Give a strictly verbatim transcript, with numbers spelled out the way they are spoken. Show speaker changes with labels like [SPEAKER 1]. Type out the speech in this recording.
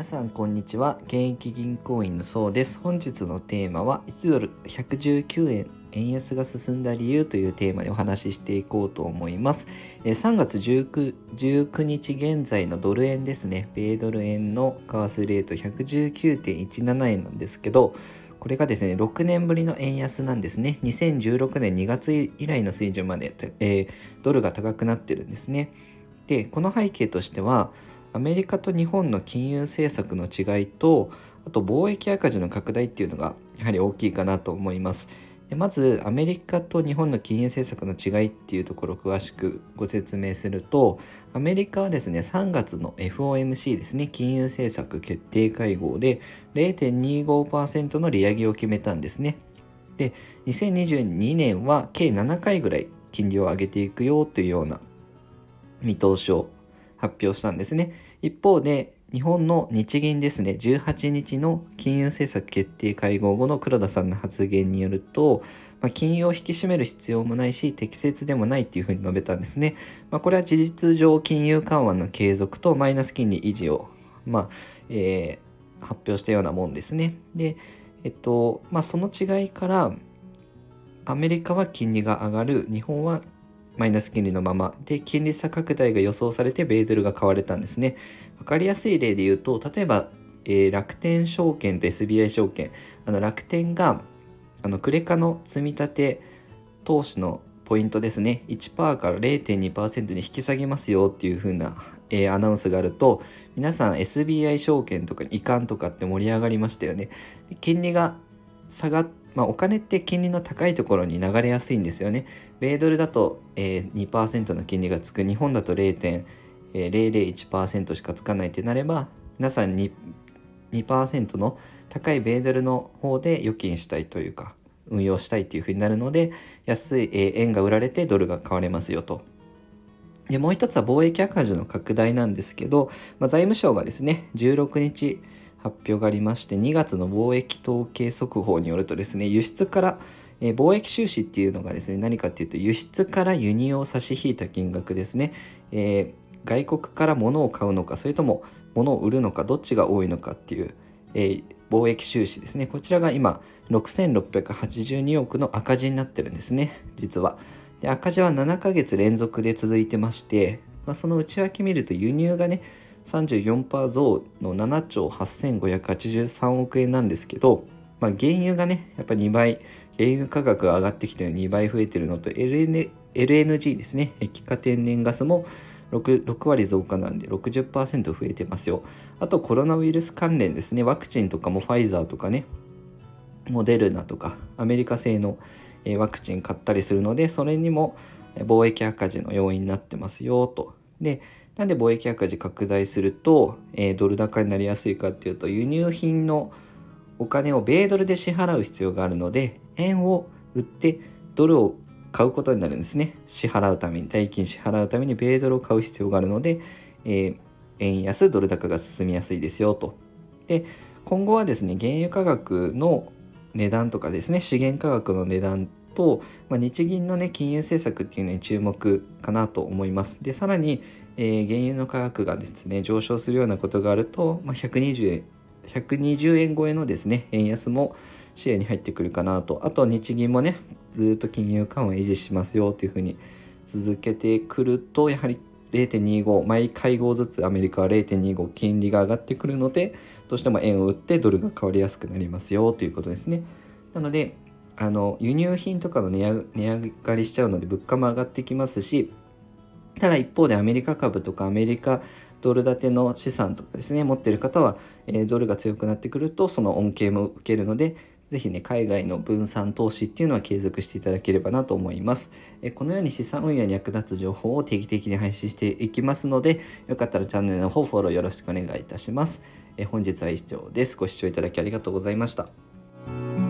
[SPEAKER 1] 皆さんこんにちは。現役銀行員のそうです。本日のテーマはいちドルひゃくじゅうきゅうえん円安が進んだ理由というテーマでお話ししていこうと思います。さんがつじゅうくにち現在のドル円ですね。米ドル円の為替レート ひゃくじゅうきゅうてんいちななえんなんですけど、これがですねろくねんぶりの円安なんですね。にせんじゅうろくねんにがつ以来の水準まで、えー、ドルが高くなってるんですね。で、この背景としてはアメリカと日本の金融政策の違いと、あと貿易赤字の拡大っていうのがやはり大きいかなと思います。でまずアメリカと日本の金融政策の違いっていうところを詳しくご説明すると、アメリカはですねさんがつの エフオーエムシー ですね、金融政策決定会合で れいてんにじゅうごパーセント の利上げを決めたんですね。でにせんにじゅうにねんは計ななかいぐらい金利を上げていくよというような見通しを発表したんですね。一方で日本の日銀ですね、じゅうはちにちの金融政策決定会合後の黒田さんの発言によると、まあ、金融を引き締める必要もないし適切でもないっていうふうに述べたんですね。まあ、これは事実上金融緩和の継続とマイナス金利維持を、まあえー、発表したようなもんですね。で、えっとまあ、その違いからアメリカは金利が上がる、日本はマイナス金利のままで、金利差拡大が予想されて米ドルが買われたんですね。わかりやすい例で言うと、例えば、えー、楽天証券と エスビーアイ 証券、あの楽天があのクレカの積み立て投資のポイントですね いちパーセント から れいてんにパーセント に引き下げますよっていう風な、えー、アナウンスがあると、皆さん エスビーアイ 証券とかに移管とかって盛り上がりましたよね。金利が下がっまあ、お金って金利の高いところに流れやすいんですよね。米ドルだと、えー、にパーセント の金利がつく、日本だと れいてんぜろぜろいちパーセント しかつかないってなれば、皆さん に, にパーセントの高い米ドルの方で預金したいというか運用したいっていう風になるので、安い、えー、円が売られてドルが買われますよと。でもう一つは貿易赤字の拡大なんですけど、まあ、財務省がですねじゅうろくにち発表がありまして、にがつの貿易統計速報によるとですね、輸出から、えー、貿易収支っていうのがですね、何かっていうと輸出から輸入を差し引いた金額ですね。えー、外国から物を買うのか、それとも物を売るのか、どっちが多いのかっていう、えー、貿易収支ですね。こちらが今ろくせんろっぴゃくはちじゅうにおくの赤字になってるんですね、実は。で、赤字はななかげつ連続で続いてまして、まあ、その内訳見ると輸入がねさんじゅうよんパーセント 増のななちょうはっせんごひゃくはちじゅうさんおくえんなんですけど、まあ、原油がねやっぱにばい、原油価格が上がってきてにばい増えてるのと エルエヌ エルエヌジー ですね、液化天然ガスも 6, 6割増加なんで ろくじゅっパーセント 増えてますよ。あとコロナウイルス関連ですね、ワクチンとかもファイザーとかね、モデルナとかアメリカ製のワクチン買ったりするので、それにも貿易赤字の要因になってますよと。で、なんで貿易赤字拡大すると、えー、ドル高になりやすいかっていうと、輸入品のお金を米ドルで支払う必要があるので、円を売ってドルを買うことになるんですね。支払うために、代金支払うために米ドルを買う必要があるので、えー、円安ドル高が進みやすいですよと。で、今後はですね、原油価格の値段とかですね、資源価格の値段と、まあ、日銀のね金融政策っていうのに注目かなと思います。で、さらに、えー、原油の価格がですね上昇するようなことがあると、まあ、ひゃくにじゅうえんひゃくにじゅうえん超えのですね円安も視野に入ってくるかなと。あと日銀もねずっと金融緩和を維持しますよというふうに続けてくると、やはり れいてんにじゅうご 毎会合ずつアメリカは れいてんにじゅうご 金利が上がってくるので、どうしても円を売ってドルが買われやすくなりますよということですね。なのであの輸入品とかの値上値上がりしちゃうので物価も上がってきますし、ただ一方でアメリカ株とかアメリカドル建ての資産とかですね持っている方は、えー、ドルが強くなってくるとその恩恵も受けるので、ぜひね海外の分散投資っていうのは継続していただければなと思います。えー、このように資産運用に役立つ情報を定期的に配信していきますので、よかったらチャンネルの方フォローよろしくお願いいたします。えー、本日は以上です。ご視聴いただきありがとうございました。